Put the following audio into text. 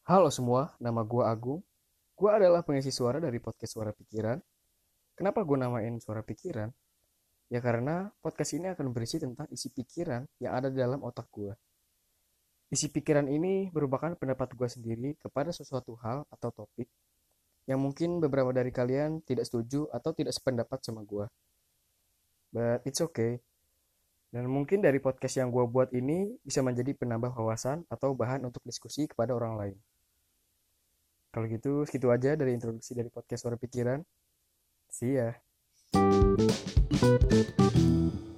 Halo semua, nama gua Agung. Gua adalah pengisi suara dari podcast Suara Pikiran. Kenapa gua namain Suara Pikiran? Ya karena podcast ini akan berisi tentang isi pikiran yang ada di dalam otak gua. Isi pikiran ini merupakan pendapat gua sendiri kepada sesuatu hal atau topik yang mungkin beberapa dari kalian tidak setuju atau tidak sependapat sama gua. But it's okay. Dan mungkin dari podcast yang gua buat ini bisa menjadi penambah wawasan atau bahan untuk diskusi kepada orang lain. Kalau gitu, segitu aja dari introduksi dari podcast Suara Pikiran. See ya.